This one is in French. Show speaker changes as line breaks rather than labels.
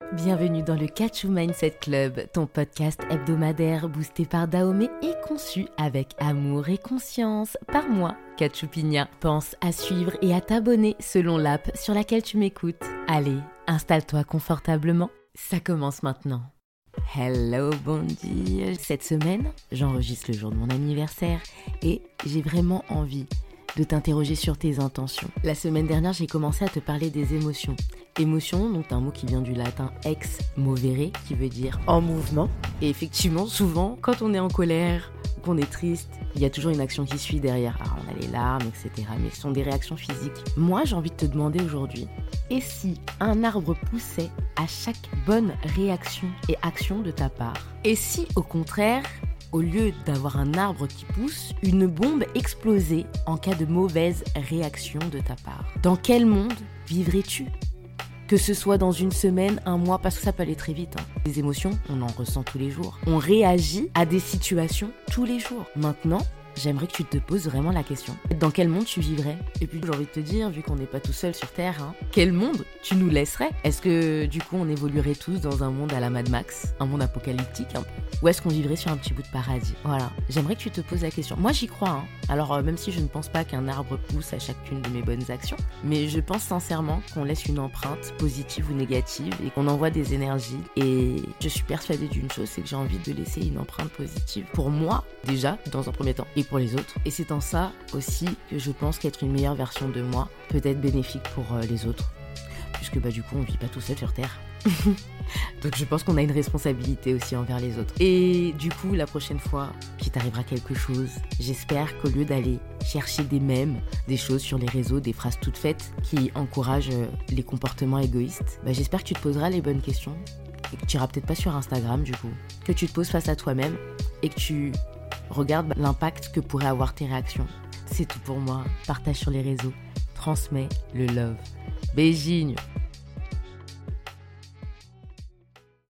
Bienvenue dans le Catch You Mindset Club, ton podcast hebdomadaire boosté par Dahomey et conçu avec amour et conscience par moi, Catch You Pina. Pense à suivre et à t'abonner selon l'app sur laquelle tu m'écoutes. Allez, installe-toi confortablement, ça commence maintenant. Hello Bondi. Cette semaine, j'enregistre le jour de mon anniversaire et j'ai vraiment envie de t'interroger sur tes intentions. La semaine dernière, j'ai commencé à te parler des émotions. Émotion, donc un mot qui vient du latin ex movere, qui veut dire en mouvement. Et effectivement, souvent, quand on est en colère, qu'on est triste, il y a toujours une action qui suit derrière. Alors, on a les larmes, etc. Mais ce sont des réactions physiques. Moi, j'ai envie de te demander aujourd'hui, et si un arbre poussait à chaque bonne réaction et action de ta part? Et si, au contraire, au lieu d'avoir un arbre qui pousse, une bombe explosait en cas de mauvaise réaction de ta part? Dans quel monde vivrais-tu? Que ce soit dans une semaine, un mois, parce que ça peut aller très vite. Les émotions, on en ressent tous les jours. On réagit à des situations tous les jours. Maintenant, j'aimerais que tu te poses vraiment la question. Dans quel monde tu vivrais? Et puis j'ai envie de te dire, vu qu'on n'est pas tout seul sur Terre, quel monde tu nous laisserais? Est-ce que du coup on évoluerait tous dans un monde à la Mad Max? Un monde apocalyptique un peu? Ou est-ce qu'on vivrait sur un petit bout de paradis? Voilà, j'aimerais que tu te poses la question. Moi j'y crois, Alors même si je ne pense pas qu'un arbre pousse à chacune de mes bonnes actions, mais je pense sincèrement qu'on laisse une empreinte positive ou négative et qu'on envoie des énergies. Et je suis persuadée d'une chose, c'est que j'ai envie de laisser une empreinte positive pour moi déjà, dans un premier temps, et pour les autres. Et c'est en ça aussi que je pense qu'être une meilleure version de moi peut être bénéfique pour les autres. Puisque du coup on vit pas tout seul sur Terre. Donc je pense qu'on a une responsabilité aussi envers les autres. Et du coup la prochaine fois qu'il t'arrivera quelque chose, j'espère qu'au lieu d'aller chercher des mèmes, des choses sur les réseaux, des phrases toutes faites qui encouragent les comportements égoïstes, j'espère que tu te poseras les bonnes questions et que tu iras peut-être pas sur Instagram du coup, que tu te poses face à toi-même et que tu regarde l'impact que pourraient avoir tes réactions. C'est tout pour moi. Partage sur les réseaux. Transmets le love. Beijinho.